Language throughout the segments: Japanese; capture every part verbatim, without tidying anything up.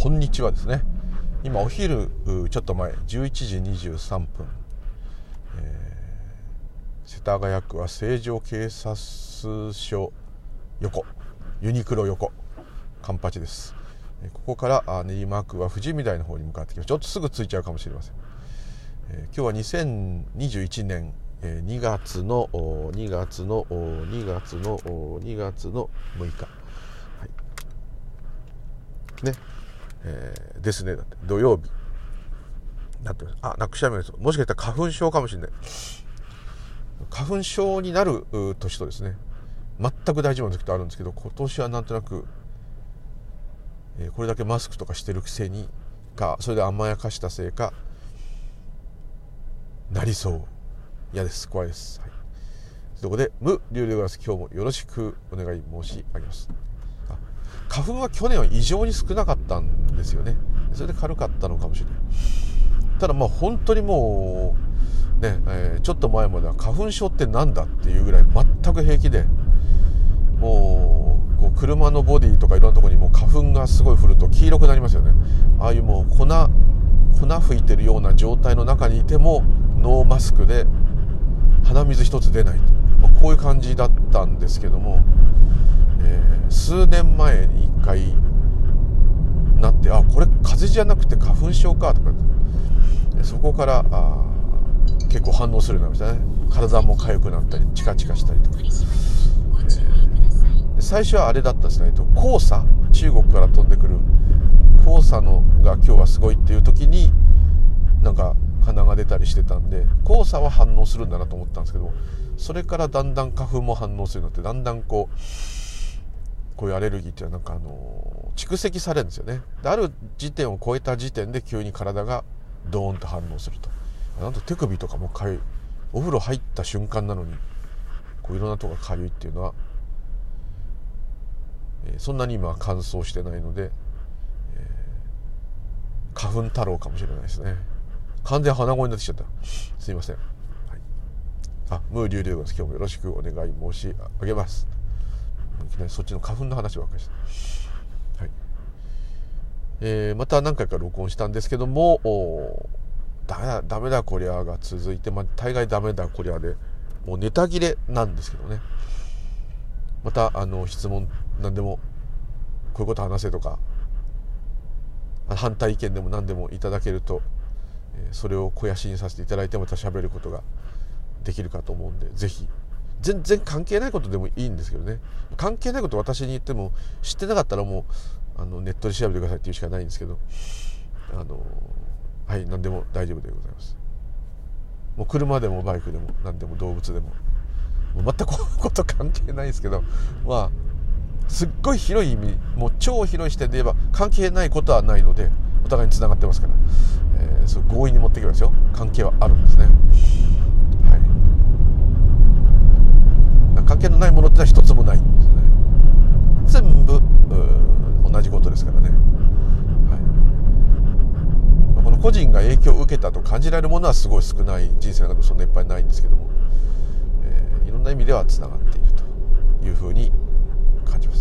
こんにちはですね。今お昼ちょっと前じゅういちじにじゅうさんぷん、えー、世田谷区は成城警察署横、ユニクロ横カンパチです。ここから練馬区は富士見台の方に向かってきます。ちょっとすぐ着いちゃうかもしれません。えー、今日はにせんにじゅういちねんにがつの2月の2月の2月のむいか、はい、ね、えー、ですね。だって土曜日なってます。あ、なくしちゃいます。もしかしたら花粉症かもしれない。花粉症になる年とですね、全く大丈夫な時とあるんですけど、今年はなんとなく、えー、これだけマスクとかしてるくせにか、それで甘やかしたせいかなりそう。嫌です。怖いです。はい、そこで無流でございます。今日もよろしくお願い申し上げます。あ、花粉は去年は異常に少なかったんですよね。それで軽かったのかもしれない。ただまあ本当にもうね、えー、ちょっと前までは花粉症ってなんだっていうぐらい全く平気で、もう、こう車のボディとかいろんなところにもう花粉がすごい降ると黄色くなりますよね。ああいうもう粉粉吹いてるような状態の中にいてもノーマスクで鼻水一つ出ない、まあ、こういう感じだったんですけども、えー、数年前に一回なって、あ、これ風邪じゃなくて花粉症かとか、そこからあ結構反応するようになりましたね。体も痒くなったりチカチカしたりとか、えー、最初はあれだったんですね。黄砂、中国から飛んでくる黄砂のが今日はすごいっていう時になんか鼻が出たりしてたんで、黄砂は反応するんだなと思ったんですけど、それからだんだん花粉も反応するようになって、だんだんこうこういうアレルギーっていうのはなんかあの蓄積されるんですよね。で、ある時点を超えた時点で急に体がドーンと反応すると。なんと手首とかもかゆい。お風呂入った瞬間なのにこういろんなとこがかゆいっていうのは、えー、そんなに今は乾燥してないので、えー、花粉太郎かもしれないですね。完全鼻声になってきちゃった。すいません。はい、あ、ムーリュウリュウです。今日もよろしくお願い申し上げます。いきなりそっちの花粉の話ばっかりして、はい、えー、また何回か録音したんですけども、ダメだダメだこりゃが続いて、まあ、大概ダメだこりゃでもうネタ切れなんですけどね。またあの質問何でもこういうこと話せとか反対意見でも何でもいただけると、それを肥やしにさせていただいてまた喋ることができるかと思うんで、ぜひ全然関係ないことでもいいんですけどね。関係ないこと私に言っても知ってなかったらもうあのネットで調べてくださいっていうしかないんですけど、あのはい、何でも大丈夫でございます。もう車でもバイクでも何でも動物でも、もう全くこういうこと関係ないですけど、まあすっごい広い意味、もう超広い視点で言えば関係ないことはないのでお互いに繋がってますから、えー、そう強引に持っていけばですよ。関係はあるんですね。はい、関係のないものってのは一つもないんですね。全部同じことですからね。はい、この個人が影響を受けたと感じられるものはすごい少ない、人生の中でもそんないっぱいないんですけども、えー、いろんな意味ではつながっているというふうに感じます。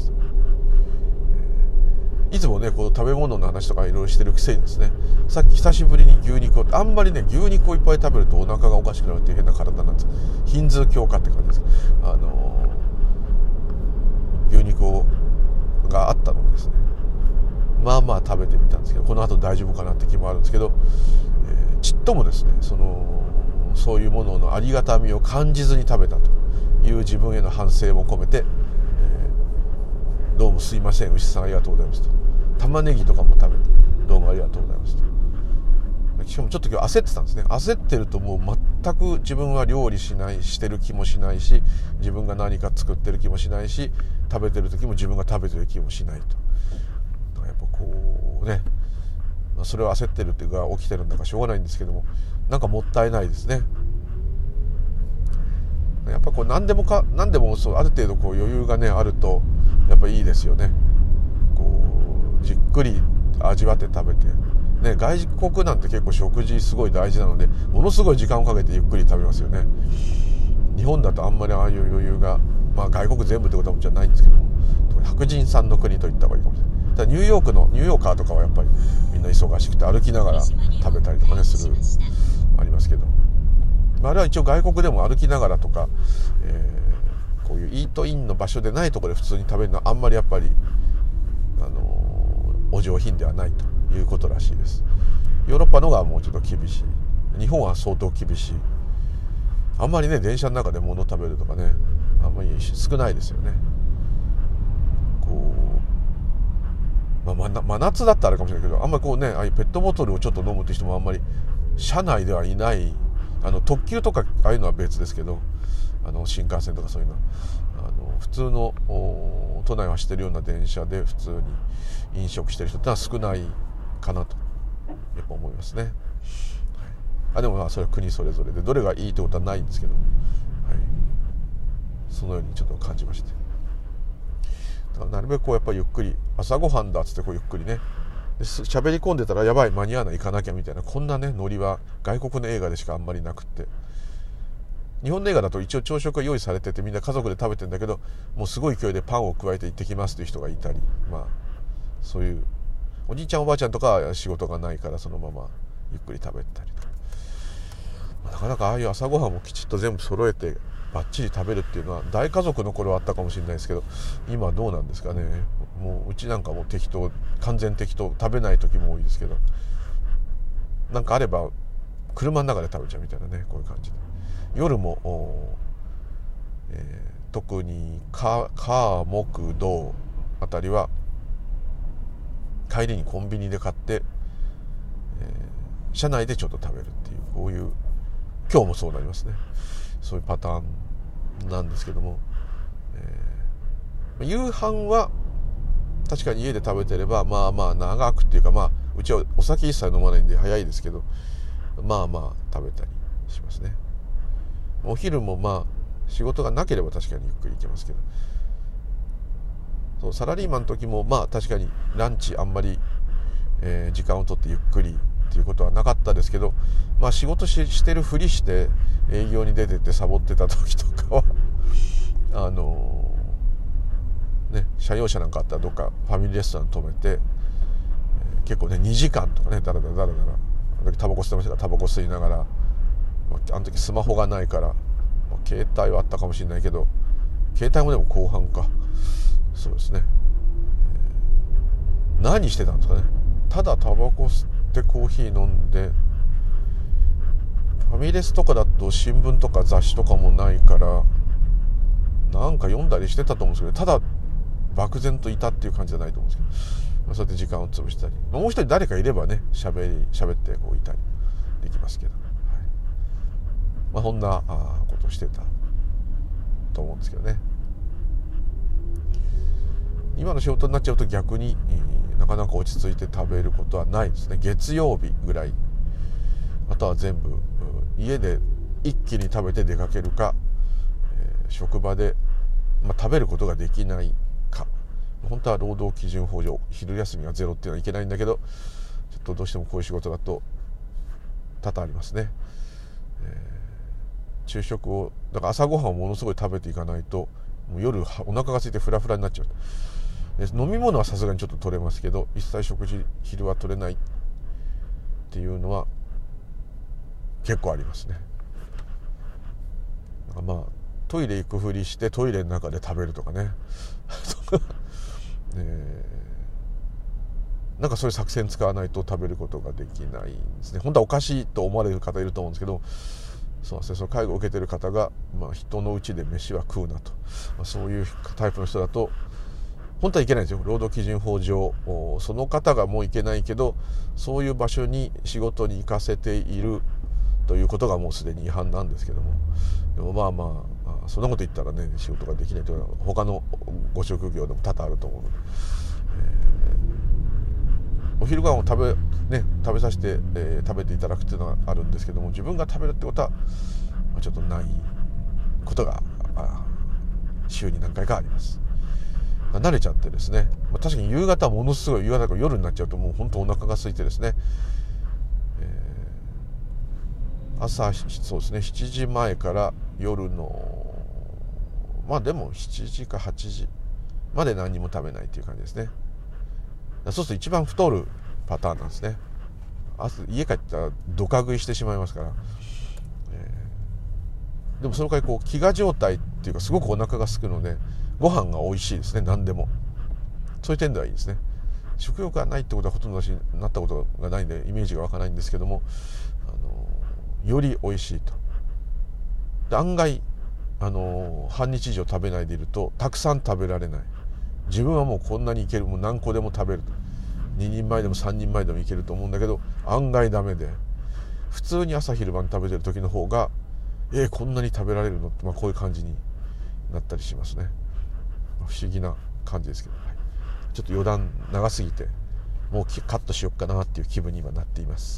いつもね、こう食べ物の話とかいろいろしてるくせにですね、さっき久しぶりに牛肉を、あんまりね牛肉をいっぱい食べるとお腹がおかしくなるっていう変な体なんです。ヒンズー教化って感じです。あのー、牛肉をがあったのでですね、まあまあ食べてみたんですけど、この後大丈夫かなって気もあるんですけど、えー、ちっともですね、そのそういうもののありがたみを感じずに食べたという自分への反省も込めて、えー、どうもすいません牛さんありがとうございますと。玉ねぎとかも食べてどうもありがとうございますと。しかもちょっと今日焦ってたんですね。焦ってるともう全く自分は料理しないしてる気もしないし、自分が何か作ってる気もしないし、食べてる時も自分が食べてる気もしないと。だからやっぱこうね、それを焦ってるっていうか起きてるんだかしょうがないんですけども、なんかもったいないですね。やっぱこう何でもか何でもそうある程度こう余裕がねあるとやっぱいいですよね。こうじっくり味わって食べて、ね、外国なんて結構食事すごい大事なので、ものすごい時間をかけてゆっくり食べますよね。日本だとあんまりああいう余裕が、まあ外国全部ってことはもちろんないんですけども、白人さんの国といった方がいいかもしれない。 だニューヨークのニューヨーカーとかはやっぱりみんな忙しくて歩きながら食べたりとかねするありますけど、あれは一応外国でも歩きながらとか、えー、こういうイートインの場所でないところで普通に食べるのはあんまりやっぱり、あのー、お上品ではないということらしいです。ヨーロッパの方がもうちょっと厳しい、日本は相当厳しい。あんまりね電車の中で物食べるとかねあんまり少ないですよね。こう、まあ、真夏だったらあれかもしれないけど、あんまりこうねああいうペットボトルをちょっと飲むって人もあんまり車内ではいない。あの特急とかああいうのは別ですけど、あの新幹線とかそういうのあの普通の都内を走ってるような電車で普通に飲食してる人ってのは少ないかなとやっぱ思いますね。はい、あでもまあそれは国それぞれでどれがいいってことはないんですけど、はい、そのようにちょっと感じまして、だからなるべくこうやっぱりゆっくり朝ごはんだっつってこうゆっくりね喋り込んでたらやばい間に合わない行かなきゃみたいなこんなねノリは外国の映画でしかあんまりなくって、日本の映画だと一応朝食が用意されててみんな家族で食べてるんだけどもうすごい勢いでパンを加えて行ってきますという人がいたり、まあそういうおじいちゃんおばあちゃんとかは仕事がないからそのままゆっくり食べたりとか、まあ、なかなかああいう朝ごはんもきちっと全部揃えてバッチリ食べるっていうのは大家族の頃はあったかもしれないですけど今はどうなんですかね。もううちなんかもう適当完全適当食べない時も多いですけど、なんかあれば車の中で食べちゃうみたいなねこういう感じで夜も、えー、特に火木土あたりは帰りにコンビニで買って、えー、車内でちょっと食べるっていうこういう今日もそうなりますね。そういうパターンなんですけども、えー、夕飯は確かに家で食べてればまあまあ長くっていうか、まあうちはお酒一切飲まないんで早いですけどまあまあ食べたりしますね。お昼もまあ仕事がなければ確かにゆっくり行けますけど、そうサラリーマンの時もまあ確かにランチあんまり、えー、時間をとってゆっくりっていうことはなかったですけど、まあ仕事 し, してるふりして営業に出てってサボってた時とかはあのー、ね車用車なんかあったらどっかファミリーレストラン止めて、えー、結構ねにじかんとかねだらだらだらだらあの時タバコ吸ってましたからタバコ吸いながら、あの時スマホがないから、まあ、携帯はあったかもしれないけど携帯もでも後半かそうですね、えー、何してたんですかね。ただタバコ吸ってコーヒー飲んで、ファミレスとかだと新聞とか雑誌とかもないからなんか読んだりしてたと思うんですけど、ただ漠然といたっていう感じじゃないと思うんですけど、まあ、そうやって時間を潰したり、もう一人誰かいればね喋り喋ってこういたりできますけど、はい、まあそんなあことをしてたと思うんですけどね。今の仕事になっちゃうと逆に、えー、なかなか落ち着いて食べることはないですね。月曜日ぐらい、あとは全部家で一気に食べて出かけるか、えー、職場で、まあ、食べることができないか。本当は労働基準法上昼休みがゼロっていうのはいけないんだけど、ちょっとどうしてもこういう仕事だと多々ありますね。えー、昼食をだから朝ごはんをものすごい食べていかないともう夜お腹が空いてフラフラになっちゃう。飲み物はさすがにちょっと取れますけど一切食事昼は取れないっていうのは結構ありますね。まあトイレ行くふりしてトイレの中で食べるとかねえー、なんかそういう作戦使わないと食べることができないんですね。本当はおかしいと思われる方いると思うんですけど、そうですね、その介護を受けてる方が、まあ、人のうちで飯は食うなと、まあ、そういうタイプの人だと本当はいけないんですよ。労働基準法上その方がもういけないけどそういう場所に仕事に行かせているということがもうすでに違反なんですけども、でもまあまあそんなこと言ったらね仕事ができないというのは他のご職業でも多々あると思うので、えー、お昼ご飯を食べ、ね、食べさせて、えー、食べていただくっていうのがあるんですけども、自分が食べるってことはちょっとないことが週に何回かあります。慣れちゃってですね、まあ、確かに夕方はものすごい夕方から夜になっちゃうともう本当お腹が空いてですね、えー、朝そうですねしちじまえから夜のまあでもしちじかはちじまで何も食べないという感じですね。 そうすると一番太るパターンなんですね。朝家帰ったらドカ食いしてしまいますから、えー、でもその代わりこう飢餓状態っていうかすごくお腹が空くのでご飯が美味しいですね。何でもそういう点ではいいですね。食欲がないってことはほとんど私なったことがないんでイメージが湧かないんですけども、あのより美味しいと。で案外あの半日以上食べないでいるとたくさん食べられない。自分はもうこんなにいける、もう何個でも食べると、ににんまえでもさんにんまえでもいけると思うんだけど案外ダメで、普通に朝昼晩食べてる時の方がえー、こんなに食べられるのって、まあ、こういう感じになったりしますね。不思議な感じですけど、はい、ちょっと余談長すぎてもうカットしよっかなっていう気分に今なっています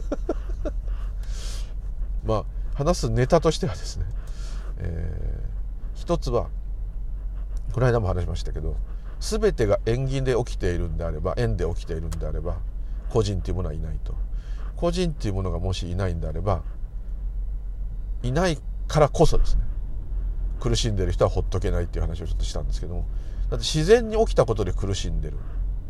まあ話すネタとしてはですね、えー、一つはこの間も話しましたけど、全てが縁起で起きているんであれば、縁で起きているんであれば個人っていうものはいないと。個人っていうものがもしいないんであれば、いないからこそですね、苦しんでる人はほっとけないっていう話をちょっとしたんですけども、だって自然に起きたことで苦しんでる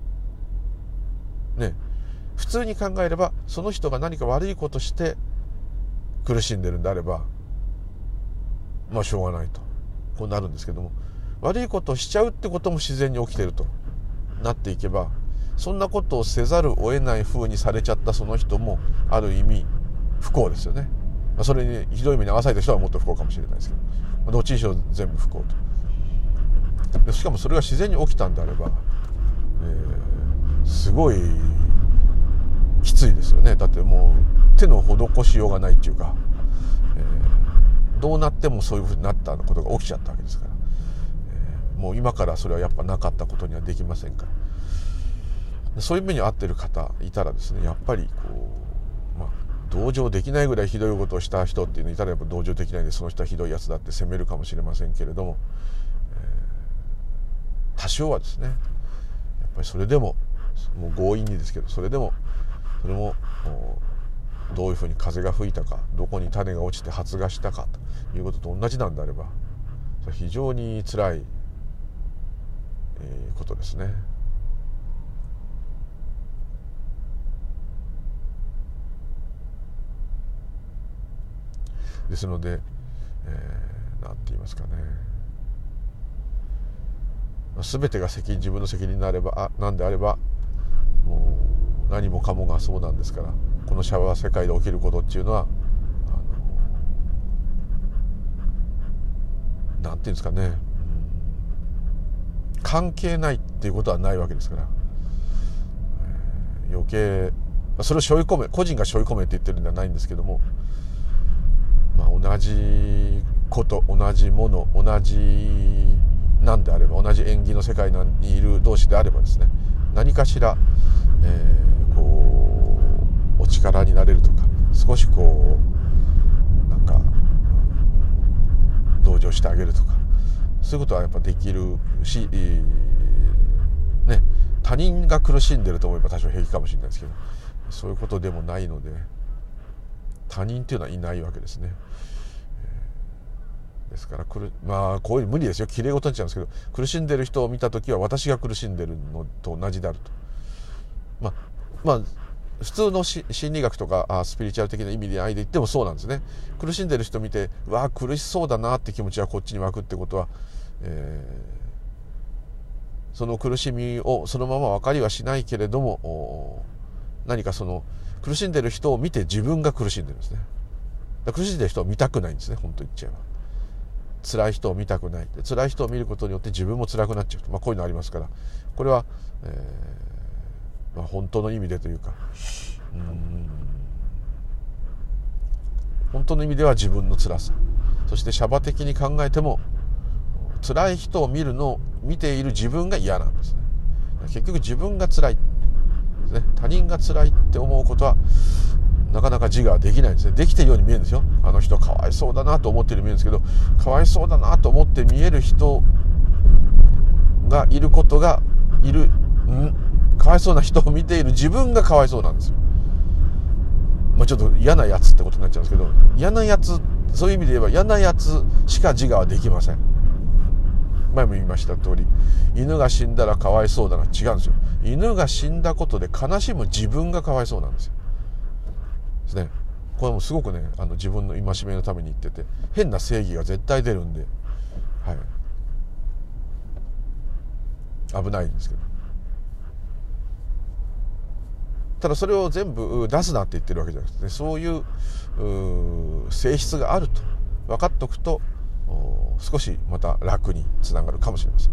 ね。普通に考えればその人が何か悪いことして苦しんでるんであればまあしょうがないとこうなるんですけども、悪いことをしちゃうってことも自然に起きてるとなっていけば、そんなことをせざるを得ない風にされちゃったその人もある意味不幸ですよね。それにひどい目に遭わされた人はもっと不幸かもしれないですけど、どっちにしろ全部不幸と。しかもそれが自然に起きたんであれば、えー、すごいきついですよね。だってもう手の施しようがないっていうか、えー、どうなってもそういうふうになったことが起きちゃったわけですから、えー、もう今からそれはやっぱなかったことにはできませんから、そういう目に遭ってる方いたらですね、やっぱりこう、まあ同情できないぐらいひどいことをした人っていうのいたらやっぱ同情できないんで、その人はひどいやつだって責めるかもしれませんけれども、えー、多少はですねやっぱりそれでももう強引にですけど、それでもそれもどういうふうに風が吹いたか、どこに種が落ちて発芽したかということと同じなんであれば、それは非常に辛い、えー、ことですね。ですので、えー、なんて言いますかね、全てが責任自分の責任になればあなんであれば、もう何もかもがそうなんですから、このシャワー世界で起きることっていうのはあのなんていうんですかね、うん、関係ないっていうことはないわけですから、えー、余計それを背負い込め、個人が背負い込めって言ってるんではないんですけども、まあ、同じこと、同じもの、同じなんであれば、同じ縁起の世界にいる同士であればですね、何かしら、えー、こうお力になれるとか、少しこうなんか同情してあげるとか、そういうことはやっぱできるし、ね、他人が苦しんでると思えば多少平気かもしれないですけど、そういうことでもないので、他人っていうのはいないわけですね。ですからくるまあこういう無理ですよ、きれい事になっちゃうんですけど、苦しんでる人を見た時は私が苦しんでるのと同じであると。まあまあ普通の心理学とかあスピリチュアル的な意味で愛で言ってもそうなんですね。苦しんでる人見て、うわ苦しそうだなって気持ちがこっちに湧くってことは、えー、その苦しみをそのまま分かりはしないけれども、何かその苦しんでる人を見て自分が苦しんでるんですね。だから苦しんでる人を見たくないんですね、本当言っちゃえば。辛い人を見たくない。辛い人を見ることによって自分も辛くなっちゃうと、まあ、こういうのありますから、これは、えーまあ、本当の意味でというか、うーん本当の意味では自分の辛さ、そしてシャバ的に考えても辛い人を見るのを見ている自分が嫌なんですね。結局自分が辛いですね。他人が辛いって思うことはなかなか自我はできないんですね。できてるように見えるんですよ。あの人かわいそうだなと思ってるように見えるんですけど、かわいそうだなと思って見える人がいることがいるんかわいそうな人を見ている自分がかわいそうなんですよ。まあちょっと嫌なやつってことになっちゃうんですけど、嫌なやつ、そういう意味で言えば嫌なやつしか自我はできません。 前も言いました通り、犬が死んだらかわいそうだな、違うんですよ。犬が死んだことで悲しむ自分がかわいそうなんですよ。ですね。これもすごくね、あの自分の戒めのために言ってて、変な正義が絶対出るんで、はい、危ないんですけど。ただそれを全部出すなって言ってるわけじゃなくて、ね、そういう、う性質があると分かっておくと、少しまた楽につながるかもしれません。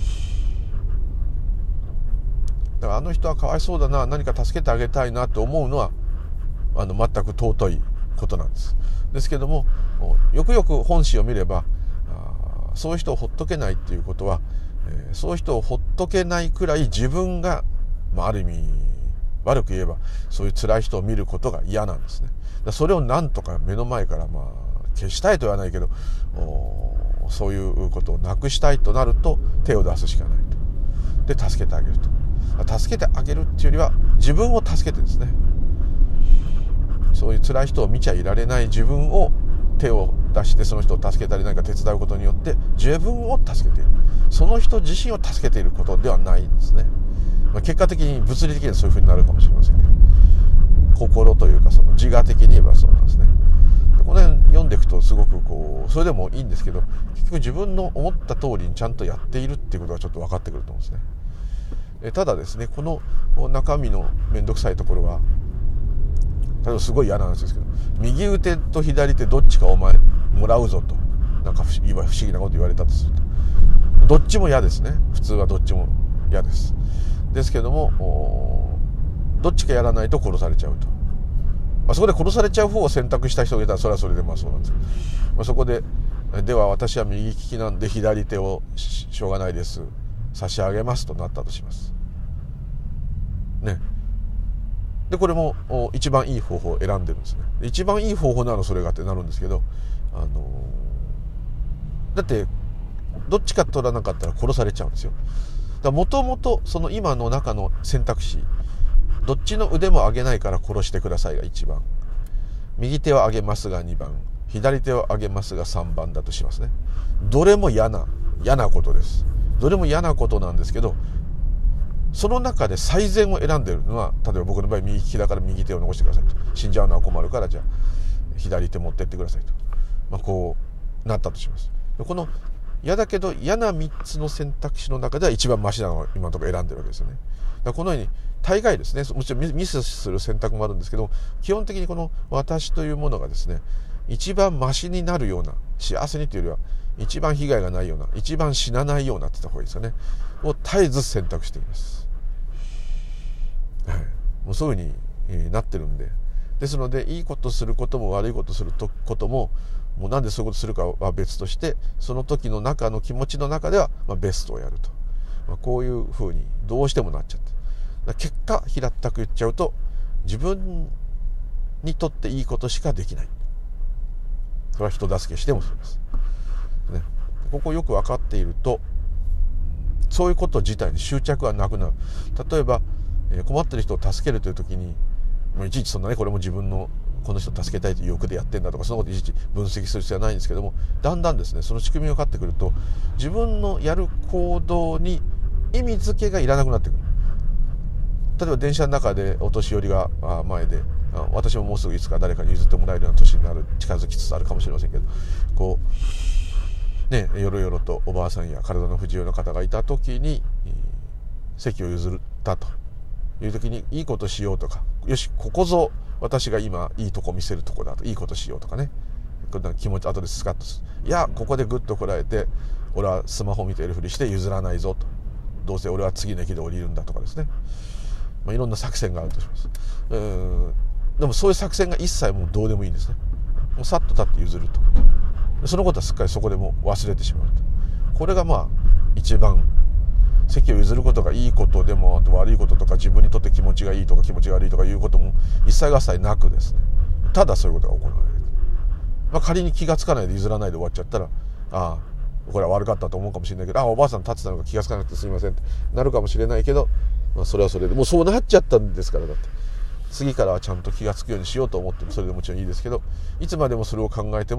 だからあの人はかわいそうだな、何か助けてあげたいなと思うのはあの全く尊いことなんです。ですけども、よくよく本心を見れば、そういう人をほっとけないっていうことは、えー、そういう人をほっとけないくらい自分が、まあ、ある意味悪く言えばそういう辛い人を見ることが嫌なんですね。だそれをなんとか目の前から、まあ、消したいとは言わないけど、そういうことをなくしたいとなると手を出すしかないと。で助けてあげると。助けてあげるっていうよりは自分を助けてですね、そういう辛い人を見ちゃいられない自分を手を出してその人を助けたり何か手伝うことによって自分を助けている、その人自身を助けていることではないんですね。まあ、結果的に物理的にはそういうふうになるかもしれませんけど、心というかその自我的に言えばそうなんですね。でこの辺読んでいくとすごくこうそれでもいいんですけど、結局自分の思った通りにちゃんとやっているっていうことがちょっと分かってくると思うんですね。えただですね、この中身の面倒くさいところは、例えばすごい嫌な話ですけど、右手と左手どっちかお前もらうぞとなんか不思議なこと言われたとすると、どっちも嫌ですね。普通はどっちも嫌です。ですけどもどっちかやらないと殺されちゃうと、まあ、そこで殺されちゃう方を選択した人がいたらそれはそれでまあそうなんですけど、まあ、そこででは私は右利きなんで左手を し, しょうがないです差し上げますとなったとしますね。でこれも一番いい方法を選んでるんですね。一番いい方法なのそれがってなるんですけど、あのー、だってどっちか取らなかったら殺されちゃうんですよ。もともとその今の中の選択肢、どっちの腕も上げないから殺してくださいがいちばん、右手は上げますがにばん、左手は上げますがさんばんだとしますね。どれも嫌な嫌なことです。どれも嫌なことなんですけど、その中で最善を選んでいるのは、例えば僕の場合右利きだから右手を残してくださいと、死んじゃうのは困るからじゃあ左手持ってってくださいと、まあ、こうなったとします。この嫌だけど嫌なみっつの選択肢の中では一番マシなのを今のところ選んでるわけですよね。だからこのように大概ですね、もちろんミスする選択もあるんですけど、基本的にこの私というものがですね、一番マシになるような、幸せにというよりは一番被害がないような、一番死なないようなって言った方がいいですよね、を絶えず選択しています、はい、もうそういうふうになってるんで、ですのでいいことすることも悪いことすることも、もうなんでそういうことするかは別として、その時の中の気持ちの中ではまあベストをやると、まあ、こういうふうにどうしてもなっちゃって、結果平ったく言っちゃうと自分にとっていいことしかできない。それは人助けしてもそうです、ね、ここよく分かっているとそういうこと自体に執着はなくなる。例えば困ってる人を助けるという時にいちいちそんなね、これも自分のこの人を助けたいという欲でやってんだとか、そのこといちいち分析する必要はないんですけども、だんだんですねその仕組みが分かってくると自分のやる行動に意味付けがいらなくなってくる。例えば電車の中でお年寄りが前で、私ももうすぐいつか誰かに譲ってもらえるような年になる近づきつつあるかもしれませんけど、こうねよろよろとおばあさんや体の不自由な方がいた時に席を譲ったという時にいいことしようとか、よしここぞ私が今いいとこ見せるとこだと、いいことしようとかね、気持ち後でスカッとする、いやここでグッとこらえて俺はスマホ見てるふりして譲らないぞと、どうせ俺は次の駅で降りるんだとかですね、まあ、いろんな作戦があるとします。うーんでもそういう作戦が一切もうどうでもいいんですね。もうさっと立って譲ると、そのことはすっかりそこでもう忘れてしまうと。これがまあ一番席を譲ることがいいことでも、あと悪いこととか自分にとって気持ちがいいとか気持ちが悪いとかいうことも一切合切なくですね、ただそういうことが行われる、まあ、仮に気がつかないで譲らないで終わっちゃったら、ああこれは悪かったと思うかもしれないけど、ああおばあさん立ってたのが気がつかなくてすみませんってなるかもしれないけど、まあ、それはそれでもうそうなっちゃったんですから、だって次からはちゃんと気がつくようにしようと思ってもそれでもちろんいいですけど、いつまでもそれを考えても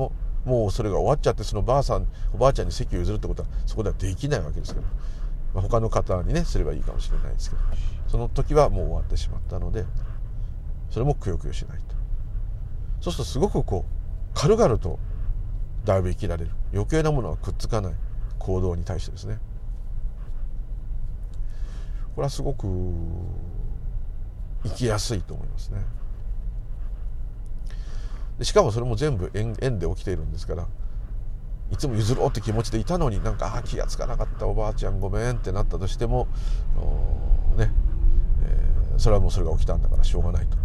もうそれが終わっちゃって、そのばあさんおばあちゃんに席を譲るってことはそこではできないわけですけど、まあ、他の方にねすればいいかもしれないですけど、その時はもう終わってしまったので、それもくよくよしないと。そうするとすごくこう軽々とだいぶ生きられる、余計なものはくっつかない行動に対してですね、これはすごく生きやすいと思いますね。でしかもそれも全部 縁, 縁で起きているんですから、いつも譲ろうって気持ちでいたのになんかあ気がつかなかったおばあちゃんごめんってなったとしてもね、えー、それはもうそれが起きたんだからしょうがないと。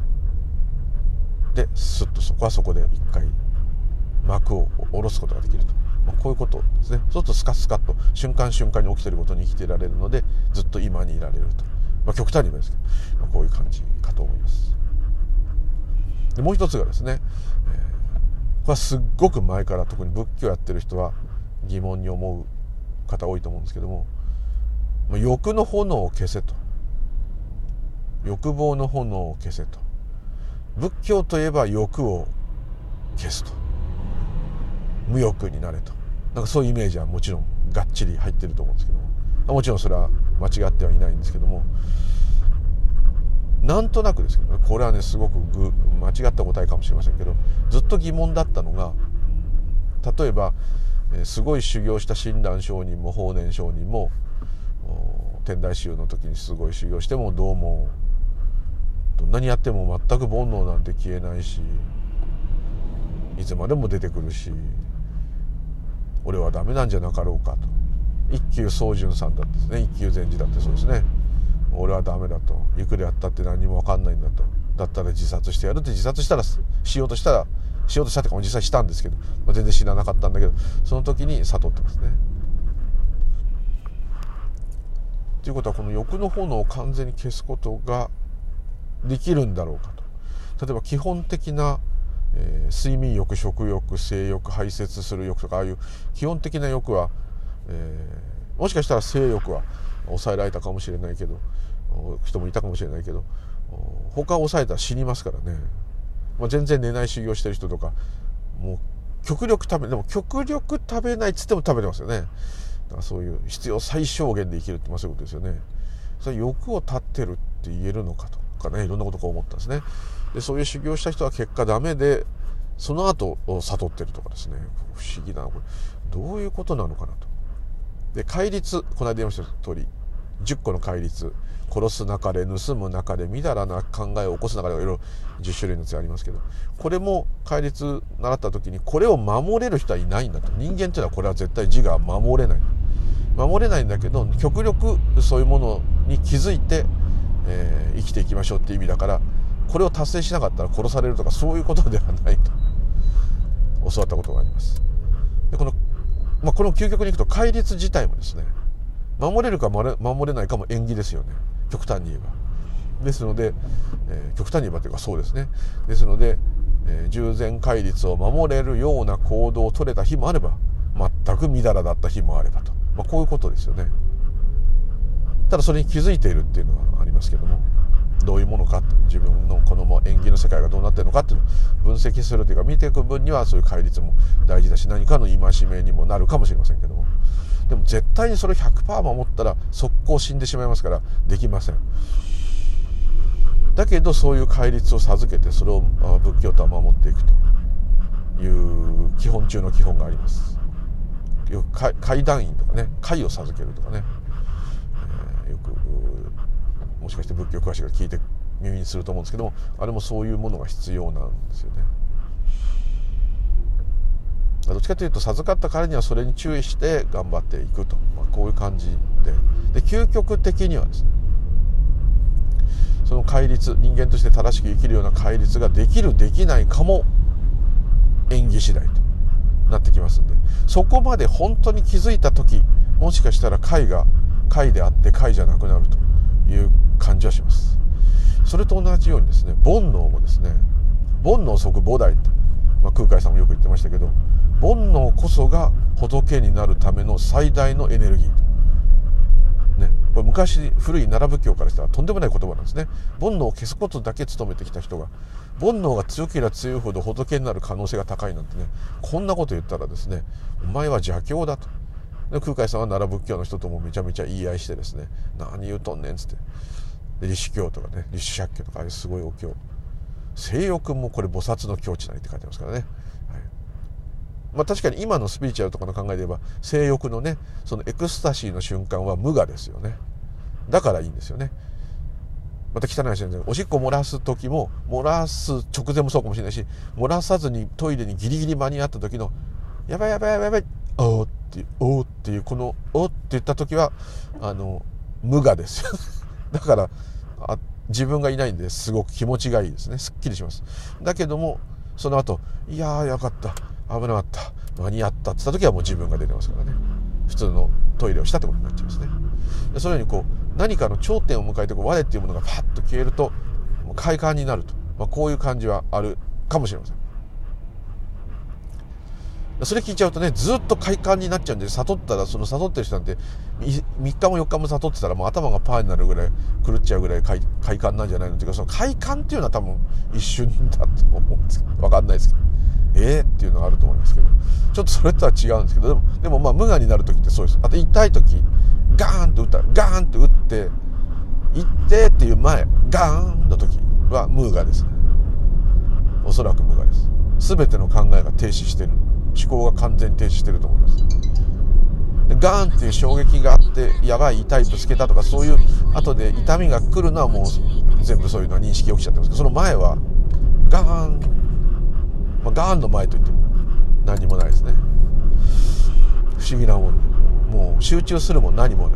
ですっとそこはそこで一回幕を下ろすことができると、まあ、こういうことですね。そうするとスカスカと瞬間瞬間に起きていることに生きていられるので、ずっと今にいられると、まあ、極端に言えばですけど、まあ、こういう感じかと思います。でもう一つがですね、えー、これはすっごく前から特に仏教やってる人は疑問に思う方多いと思うんですけども、まあ、欲の炎を消せと、欲望の炎を消せと、仏教といえば欲を消すと、無欲になれと、なんかそういうイメージはもちろんがっちり入ってると思うんですけども、もちろんそれは間違ってはいないんですけども、なんとなくですけどね、これはねすごくぐ間違った答えかもしれませんけど、ずっと疑問だったのが、例えばすごい修行した親鸞上人も法然上人も天台宗の時にすごい修行してもどうもどんなにやっても全く煩悩なんて消えないし、いつまでも出てくるし、俺はダメなんじゃなかろうかと。一休宗純さんだってですね、一休禅師だってそうですね、俺はダメだと、いくらやったって何も分かんないんだと、だったら自殺してやるって、自殺したらしようとしたらしようとしたってかも実際したんですけど、まあ、全然死ななかったんだけど、その時に悟ってますね。ということはこの欲の炎を完全に消すことができるんだろうかと。例えば基本的な、えー、睡眠欲、食欲、性欲、排泄する欲とか、ああいう基本的な欲は、えー、もしかしたら性欲は抑えられたかもしれないけど、人もいたかもしれないけど、他を抑えたら死にますからね。まあ、全然寝ない修行してる人とかもう極力食べでも極力食べないっつっても食べてますよね。だからそういう必要最小限で生きるってまあそういうことですよね。それ欲を絶ってるって言えるのかとかね、いろんなことを思ったんですね。でそういう修行した人は結果ダメでその後悟ってるとかですね、不思議な、これどういうことなのかなと。で戒律、この間言いました通りじゅっこの戒律、殺すなかれ、盗むなかれ、みだらな考えを起こすなかれ、いろいろじゅっしゅるいのやつありますけど、これも戒律習った時にこれを守れる人はいないんだと。人間っていうのはこれは絶対自我は守れない守れないんだけど、極力そういうものに気づいて、えー、生きていきましょうっていう意味だから、これを達成しなかったら殺されるとかそういうことではないと教わったことがあります。でこの、まあ、この究極にいくと戒律自体もですね、守れるか守れないかも縁起ですよね、極端に言えば。ですので、えー、極端に言えばというかそうですね。ですので、えー、従前戒律を守れるような行動を取れた日もあれば、全くみだらだった日もあればと、まあ、こういうことですよね。ただそれに気づいているっていうのはありますけども、どういうものか、自分のこの縁起の世界がどうなっているのかっていうのを分析するというか見ていく分にはそういう戒律も大事だし、何かの戒めにもなるかもしれませんけども、でも絶対にそれを ひゃくパーセント 守ったら速攻死んでしまいますからできません。だけどそういう戒律を授けてそれを仏教とは守っていくという基本中の基本があります。よく戒断院とかね、戒を授けるとかね、えー、よくもしかして仏教詳しいから聞いて耳にすると思うんですけども、あれもそういうものが必要なんですよね。どっちかというと授かった彼にはそれに注意して頑張っていくと、まあ、こういう感じで、で究極的にはですね、その戒律、人間として正しく生きるような戒律ができるできないかも縁起次第となってきますんで、そこまで本当に気づいた時、もしかしたら戒が戒であって戒じゃなくなるという感じはします。それと同じようにですね、煩悩もですね、煩悩即菩提って、まあ、空海さんもよく言ってましたけど、煩悩こそが仏になるための最大のエネルギー、ね、これ昔古い奈良仏教からしたらとんでもない言葉なんですね。煩悩を消すことだけ努めてきた人が煩悩が強ければ強いほど仏になる可能性が高いなんてね、こんなこと言ったらですね、お前は邪教だと。で空海さんは奈良仏教の人ともめちゃめちゃ言い合いしてですね、何言うとんねんっつって、で立志教とかね、立志釈教とかああいうすごいお経、性欲もこれ菩薩の境地なりって書いてますからね、はい。まあ、確かに今のスピリチュアルとかの考えで言えば性欲のね、そのエクスタシーの瞬間は無我ですよね。だからいいんですよね。また汚い話なんですけど、おしっこ漏らす時も、漏らす直前もそうかもしれないし、漏らさずにトイレにギリギリ間に合った時のやばいやばいやばいやばい、おーっていうおーっていうこのおーって言った時はあの無我ですよだからあ自分がいないんですごく気持ちがいいですね。すっきりします。だけどもその後いやーよかった危なかった間に合ったって言った時はもう自分が出てますからね。普通のトイレをしたってことになっちゃいますね。でそのようにこう何かの頂点を迎えてこう我っていうものがパッと消えるともう快感になると、まあ、こういう感じはあるかもしれません。それ聞いちゃうとね、ずっと快感になっちゃうんで、悟ったらその悟ってる人なんてみっかもよっかも悟ってたらもう頭がパーになるぐらい狂っちゃうぐらい 快, 快感なんじゃないのっていうか、その快感っていうのは多分一瞬だと思うんですけど、分かんないですけど、えーっていうのがあると思いますけど、ちょっとそれとは違うんですけど、でもでもまあ無我になる時ってそうです。あと痛い時ガーンと打ったガーンと打っていってっていう前ガーンの時は無我ですね。おそらく無我です。全ての考えが停止してる、思考が完全に停止してると思います。でガーンっていう衝撃があってやばい痛いぶつけたとかそういう後で痛みが来るのはもう全部そういうのは認識起きちゃってますけど、その前はガーン、まあ、ガーンの前といっても何にもないですね。不思議なもんで、もう集中するも何もない、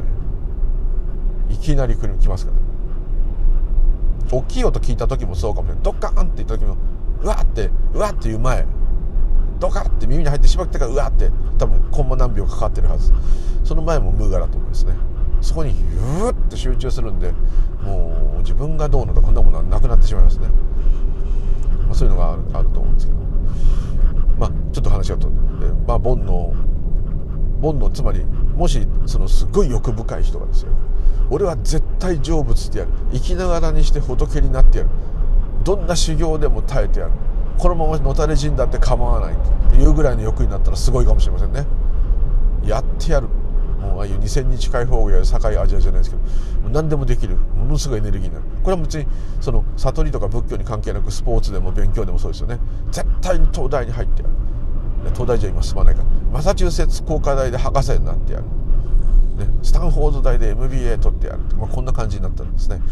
いきなり来ますからね。大きい音聞いた時もそうかもしれない。ドッカーンって言った時もうわーってうわーっていう前ドカって耳に入ってしまってからうわって多分コンマ何秒かかってるはず。その前も無我だと思いますね。そこにゆーって集中するんで、もう自分がどうのとかこんなものはなくなってしまいますね。まあ、そういうのがある、あると思うんですけど、まあちょっと話がと、まあ煩悩煩悩つまりもしそのすごい欲深い人がですよ、俺は絶対成仏でやる、生きながらにして仏になってやる、どんな修行でも耐えてやる、このままのたれ死んだって構わないっていうぐらいの欲になったらすごいかもしれませんね。やってやる、もうああいうにせんにち解放や堺アジアじゃないですけど、もう何でもできる、ものすごいエネルギーになる。これは別にその悟りとか仏教に関係なくスポーツでも勉強でもそうですよね。絶対に東大に入ってやる、東大じゃ今進まないからマサチューセッツ工科大で博士になってやる、ね、スタンフォード大で エムビーエー 取ってやる、まあ、こんな感じになったんですね。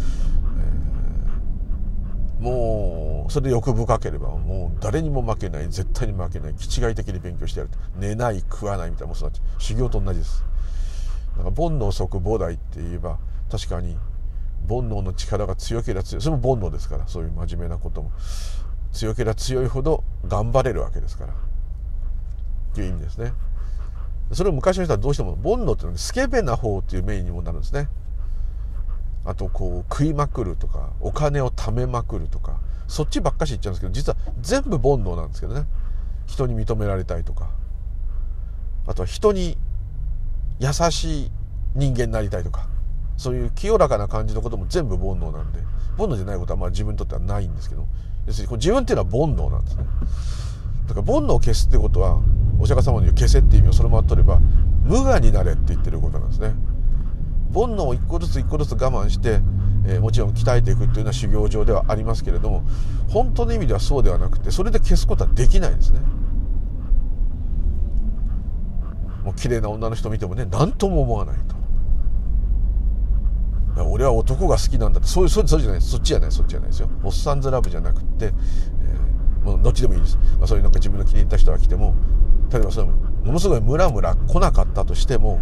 もうそれで欲深ければもう誰にも負けない、絶対に負けない、気違い的に勉強してやると、寝ない食わないみたいな、もうそうなっちゃう、修行と同じです。なんか煩悩即菩提って言えば確かに煩悩の力が強ければ強い、それも煩悩ですから、そういう真面目なことも強ければ強いほど頑張れるわけですからという意味ですね。それを昔の人はどうしても煩悩っていうのはスケベな方っていうメインにもなるんですね。あとこう食いまくるとかお金を貯めまくるとかそっちばっかし言っちゃうんですけど、実は全部煩悩なんですけどね。人に認められたいとか、あとは人に優しい人間になりたいとか、そういう清らかな感じのことも全部煩悩なんで、煩悩じゃないことはまあ自分にとってはないんですけど、要するにこう自分っていうのは煩悩なんですね。だから煩悩を消すってことはお釈迦様の言う消せっていう意味をそのまま取れば無我になれって言ってることなんですね。煩悩を一個ずつ一個ずつ我慢して、えー、もちろん鍛えていくっていうのは修行上ではありますけれども、本当の意味ではそうではなくて、それで消すことはできないですね。もう綺麗な女の人見てもね、何とも思わないと、俺は男が好きなんだって、そういうそうそうじゃないです。そっちじゃないそっちじゃないですよ。おっさんずラブじゃなくて、えー、もうどっちでもいいです。まあ、そういうなんか自分の気に入った人が来ても、例えばそのものすごいムラムラ来なかったとしても、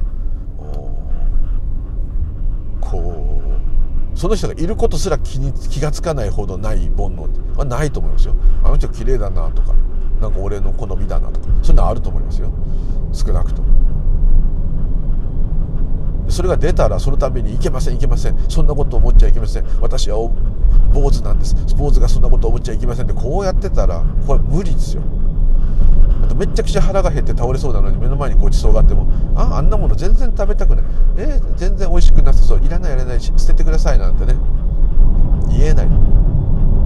こうその人がいることすら 気, に気がつかないほどない煩悩って、まあ、ないと思いますよ。あの人綺麗だなとか、なんか俺の好みだなとか、そういうのあると思いますよ、少なくとも。それが出たらそのためにいけませんいけません、そんなこと思っちゃいけません、私は坊主なんです、坊主がそんなこと思っちゃいけませんってこうやってたらこれ無理ですよ。あとめっちゃくちゃ腹が減って倒れそうなのに目の前にごちそうがあっても、ああんなもの全然食べたくない、えー、全然美味しくなさそう、いらないいら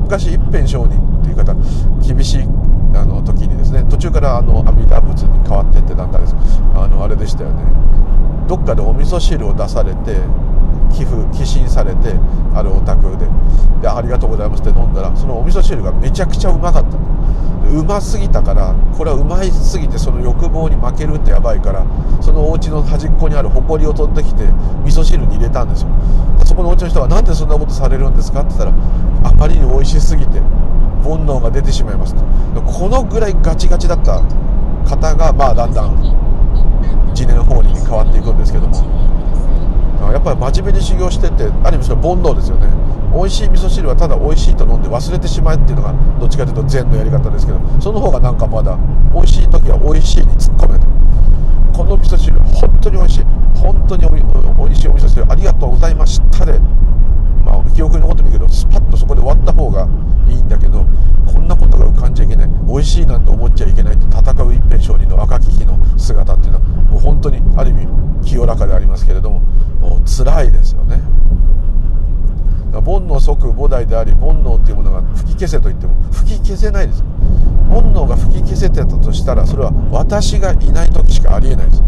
昔一辺上人っていう方、厳しいあの時にですね、途中からあの阿弥陀仏に変わってってなったんです。あのあれでしたよね、どっかでお味噌汁を出されて寄付寄進されて、あるお宅ででありがとうございますって飲んだら、そのお味噌汁がめちゃくちゃうまかった。うますぎたから、これはうますぎてその欲望に負けるってやばいから、そのお家の端っこにある埃を取ってきて味噌汁に入れたんですよ。そこのお家の人がなんでそんなことされるんですかって言ったら、あまりに美味しすぎて煩悩が出てしまいますと。このぐらいガチガチだった方が、まあだんだん自然法理に変わっていくんですけども、やっぱり真面目に修行してて、ある意味それ煩悩ですよね。美味しい味噌汁はただ美味しいと飲んで忘れてしまえっていうのがどっちかというと禅のやり方ですけど、その方がなんかまだ美味しい時は美味しいに突っ込めと。この味噌汁本当に美味しい、本当におい美味しいお味噌汁ありがとうございましたで、まあ記憶に残ってもいいけど、スパッとそこで終わった方がいいんだけど、こんなことが浮かんじゃいけない、美味しいなんて思っちゃいけないと戦う一辺上人の若き日の姿っていうのは、もう本当にある意味清らかでありますけれども、もう辛いですよね。煩悩即菩提であり、煩悩っていうものが吹き消せと言っても吹き消せないです。煩悩が吹き消せてたとしたら、それは私がいない時しかありえないです。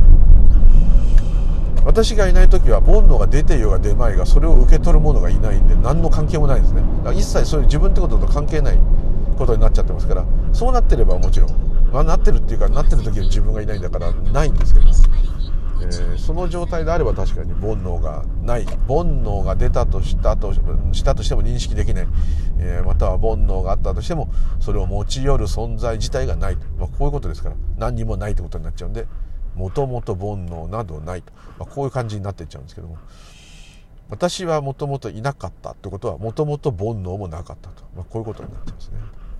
私がいない時は煩悩が出ていようが出まいが、それを受け取る者がいないんで何の関係もないですね。だから一切そういう自分ってことと関係ないことになっちゃってますから、そうなってればもちろん、まあ、なってるっていうか、なってる時は自分がいないんだからないんですけど、えー、その状態であれば確かに煩悩がない、煩悩が出たとしたとしたとしても認識できない、えー、または煩悩があったとしてもそれを持ち寄る存在自体がないと、まあ、こういうことですから、何にもないってことになっちゃうんで、もともと煩悩などないと、まあ、こういう感じになっていっちゃうんですけども、私はもともといなかったってことはもともと煩悩もなかったと、まあ、こういうことになっちゃうんですね。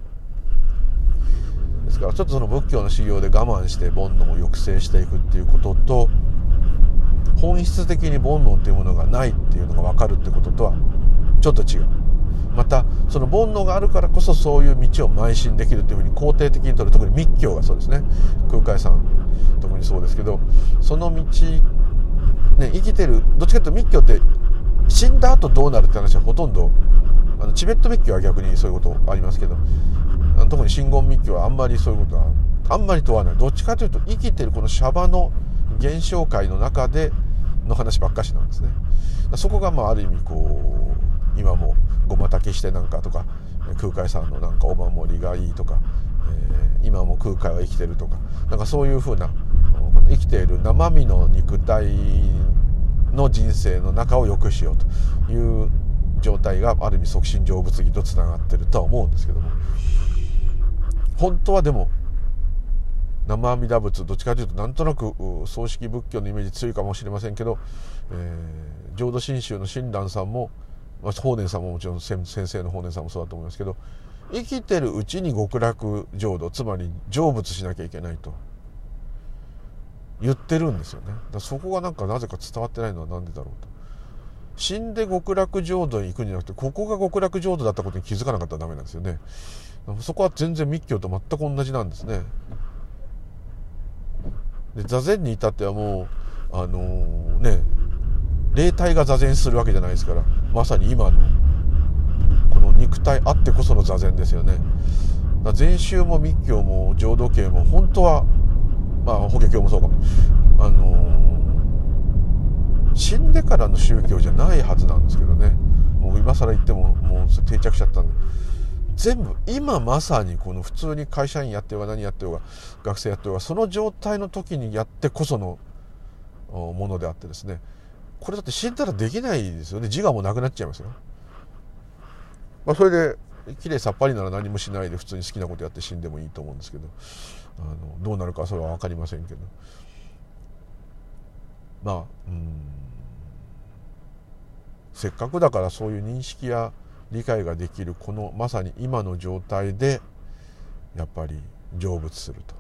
ですからちょっとその仏教の修行で我慢して煩悩を抑制していくっていうことと、本質的に煩悩っていうものがないっていうのが分かるってこととはちょっと違う。またその煩悩があるからこそそういう道を邁進できるっていうふうに肯定的に取る、特に密教がそうですね。空海さん特にそうですけど、その道ね、生きてる、どっちかというと密教って死んだ後どうなるって話はほとんど、あのチベット密教は逆にそういうことありますけど、特に真言密教はあんまりそういうことはあんまり問わない。どっちかというと生きてるこのシャバの現象界の中での話ばっかしなんですね。そこがまあある意味こう今もごまたきしてなんかとか、空海さんのなんかお守りがいいとか、えー、今も空海は生きてるとか、なんかそういうふうな生きている生身の肉体の人生の中を良くしようという状態がある意味即身成仏儀とつながってるとは思うんですけども、本当はでも生阿弥陀仏、どっちかというとなんとなく葬式仏教のイメージ強いかもしれませんけど、えー、浄土真宗の親鸞さんも、まあ、法然さんももちろん先生の法然さんもそうだと思いますけど、生きてるうちに極楽浄土、つまり成仏しなきゃいけないと言ってるんですよね。だからそこがなんかなぜか伝わってないのはなんでだろうと。死んで極楽浄土に行くんじゃなくて、ここが極楽浄土だったことに気づかなかったらダメなんですよね。そこは全然密教と全く同じなんですね。で座禅に至ってはもうあのー、ね霊体が座禅するわけじゃないですから、まさに今のこの肉体あってこその座禅ですよね。だ禅宗も密教も浄土系も本当は、まあ法華経もそうかも、あのー、死んでからの宗教じゃないはずなんですけどね。もう今更言ってももう定着しちゃったんで、全部今まさにこの普通に会社員やってようが何やってようが学生やってようが、その状態の時にやってこそのものであってですね、これだって死んだらできないですよね。自我もなくなっちゃいますよ。まあ、それできれいさっぱりなら何もしないで普通に好きなことやって死んでもいいと思うんですけど、あのどうなるかはそれは分かりませんけど、まあうんせっかくだからそういう認識や理解ができるこのまさに今の状態でやっぱり成仏すると、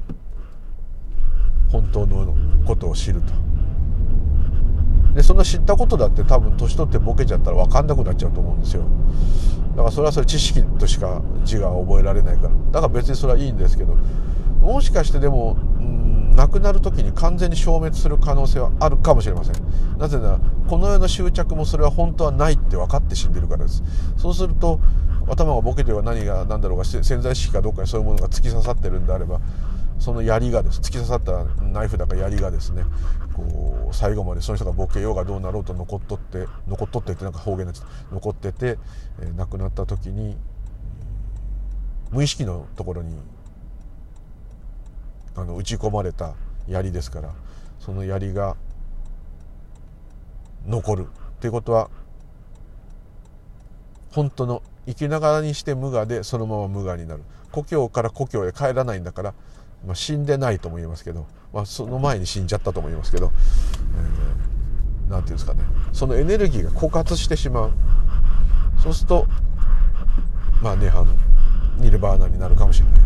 本当のことを知ると。でそんな知ったことだって多分年取ってボケちゃったら分かんなくなっちゃうと思うんですよ。だからそれはそれ知識としか字が覚えられないから、だから別にそれはいいんですけど、もしかしてでもうん亡くなる時に完全に消滅する可能性はあるかもしれません。なぜならこの世の執着もそれは本当はないって分かって死んでるからです。そうすると頭がボケては何が何だろうが潜在意識かどっかにそういうものが突き刺さってるんであれば、その槍がです突き刺さったナイフだか槍がですね、こう最後までその人がボケようがどうなろうと残っとって残っとってってなんか方言です残ってて、えー、亡くなった時に無意識のところにあの打ち込まれた槍ですから、その槍が残るっていうことは本当の生きながらにして無我でそのまま無我になる。故郷から故郷へ帰らないんだから、まあ、死んでないとも言えますけど、まあ、その前に死んじゃったとも言えますけど、えー、なんていうんですかね、そのエネルギーが枯渇してしまう。そうするとまあ涅槃ニルバーナになるかもしれない。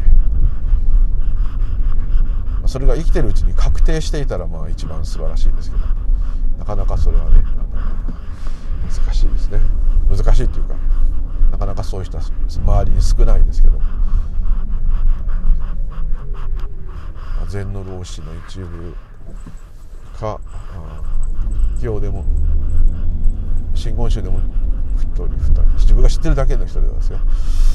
それが生きてるうちに確定していたらまあ一番素晴らしいですけど、なかなかそれはね難しいですね。難しいっていうかなかなかそういう人は周りに少ないですけど、禅の老子の一部か仏教でも真言宗でも一人二人自分が知ってるだけの人ではですよ、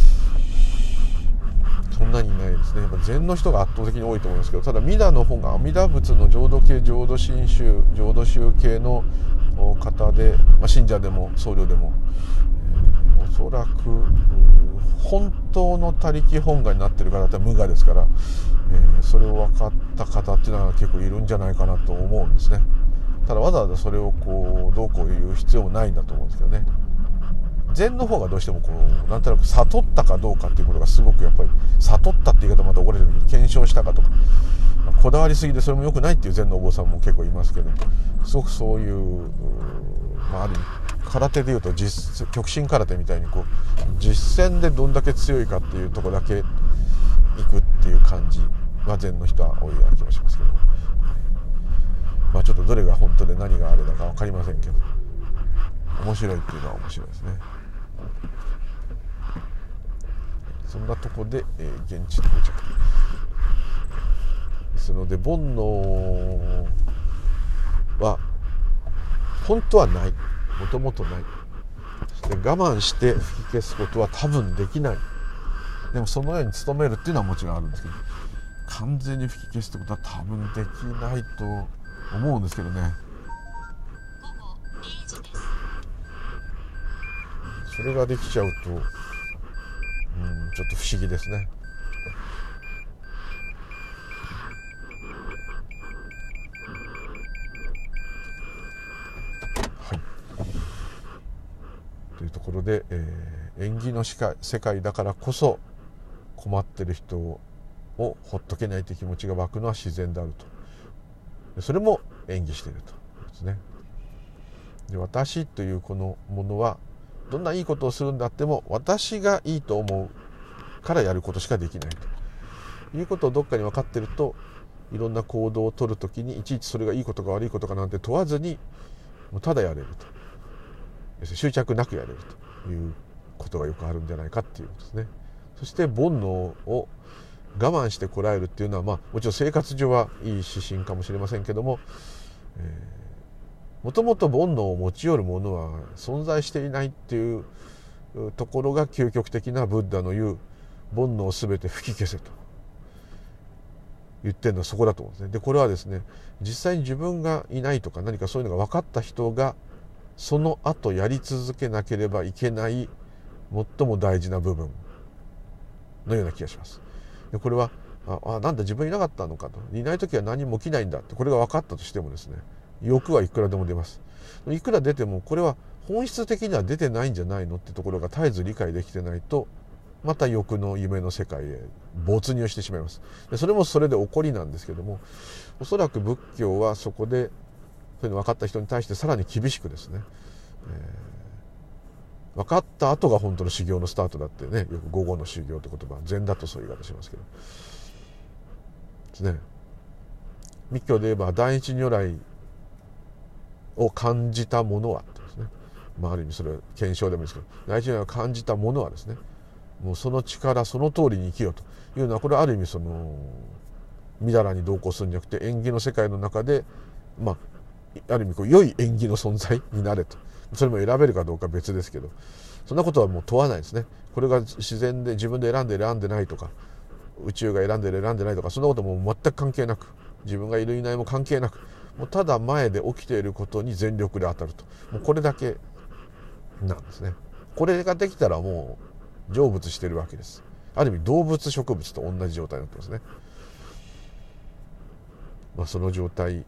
そんなにいないですね。やっぱ禅の人が圧倒的に多いと思いますけど、ただ弥陀の本が阿弥陀仏の浄土系浄土真宗浄土宗系の方で、まあ、信者でも僧侶でも、えー、おそらく本当の他力本願になっている方って無我ですから、えー、それを分かった方っていうのは結構いるんじゃないかなと思うんですね。ただわざわざそれをこうどうこう言う必要もないんだと思うんですけどね。禅の方がどうしてもこうなんとなく悟ったかどうかっていうことがすごくやっぱり、悟ったって言い方また怒られるけど検証したかとかこだわりすぎてそれも良くないっていう禅のお坊さんも結構いますけど、すごくそういう、まあ、ある意味空手でいうと実極真空手みたいにこう実践でどんだけ強いかっていうところだけ行くっていう感じは禅の人は多いような気もしますけど、まあちょっとどれが本当で何があれだか分かりませんけど、面白いっていうのは面白いですね。そんなとこで、えー、現地到着ですので、煩悩は本当はない、もともとない。そして我慢して吹き消すことは多分できない。でもそのように努めるっていうのはもちろんあるんですけど、完全に吹き消すってことは多分できないと思うんですけどね。それができちゃうと、うん、ちょっと不思議ですね。はい。というところで、えー、縁起の世界だからこそ困ってる人をほっとけないという気持ちが湧くのは自然であると。それも演技しているということですね。で、私というこのものはどんないいことをするんだっても私がいいと思うからやることしかできないということをどっかに分かってると、いろんな行動を取るときにいちいちそれがいいことか悪いことかなんて問わずにただやれると、要するに執着なくやれるということがよくあるんじゃないかっていうことですね。そして煩悩を我慢してこらえるっていうのは、まあもちろん生活上はいい指針かもしれませんけども、えーもともと煩悩を持ち寄るものは存在していないっていうところが究極的なブッダの言う煩悩をすべて吹き消せと言ってるのはそこだと思うんですね。でこれはですね、実際に自分がいないとか何かそういうのが分かった人がその後やり続けなければいけない最も大事な部分のような気がします。でこれはああなんだ自分いなかったのかと、いない時は何も起きないんだってこれが分かったとしてもですね、欲はいくらでも出ます。いくら出てもこれは本質的には出てないんじゃないのってところが絶えず理解できてないと、また欲の夢の世界へ没入してしまいます。でそれもそれで起こりなんですけども、おそらく仏教はそこでそういうの分かった人に対してさらに厳しくですね、えー、分かった後が本当の修行のスタートだってね、よく午後の修行って言葉禅だとそういう言い方しますけどですね。密教で言えば第一如来を感じたものはですね、まあ、ある意味それは検証でもいいですけど、第一如来を感じたものはですね、もうその力その通りに生きようというのは、これはある意味そのみだらに同行するんじゃなくて縁起の世界の中で、まあある意味こう良い縁起の存在になれと。それも選べるかどうか別ですけど、そんなことはもう問わないですね。これが自然で自分で選んで選んでないとか、宇宙が選んで選んでないとか、そんなことも全く関係なく、自分がいるいないも関係なく、もうただ前で起きていることに全力で当たると、もうこれだけなんですね。これができたらもう成仏してるわけです。ある意味動物植物と同じ状態になってますね。まあ、その状態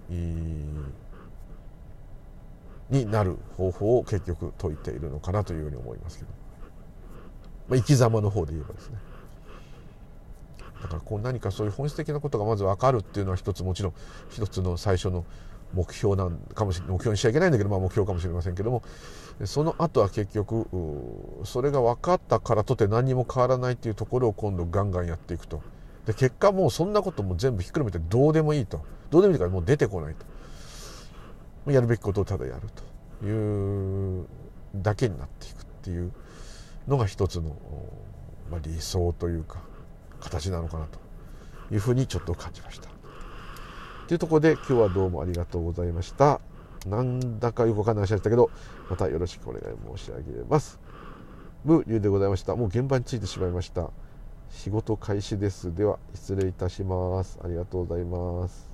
になる方法を結局説いているのかなというふうに思いますけど、まあ、生き様の方で言えばですね。だからこう何かそういう本質的なことがまず分かるっていうのは一つ、もちろん一つの最初の目標なんかもしれない、目標にしちゃいけないんだけど、まあ目標かもしれませんけども、その後は結局それが分かったからとて何にも変わらないっていうところを今度ガンガンやっていくと。で結果もうそんなことも全部ひっくるめてどうでもいいと、どうでもいいからもう出てこないと、やるべきことをただやるというだけになっていくっていうのが一つの、まあ、理想というか形なのかなというふうにちょっと感じました。というところで今日はどうもありがとうございました。なんだかよくわかんない話でしたけど、またよろしくお願い申し上げます。ムーリュウでございました。もう現場に着いてしまいました。仕事開始です。では失礼いたします。ありがとうございます。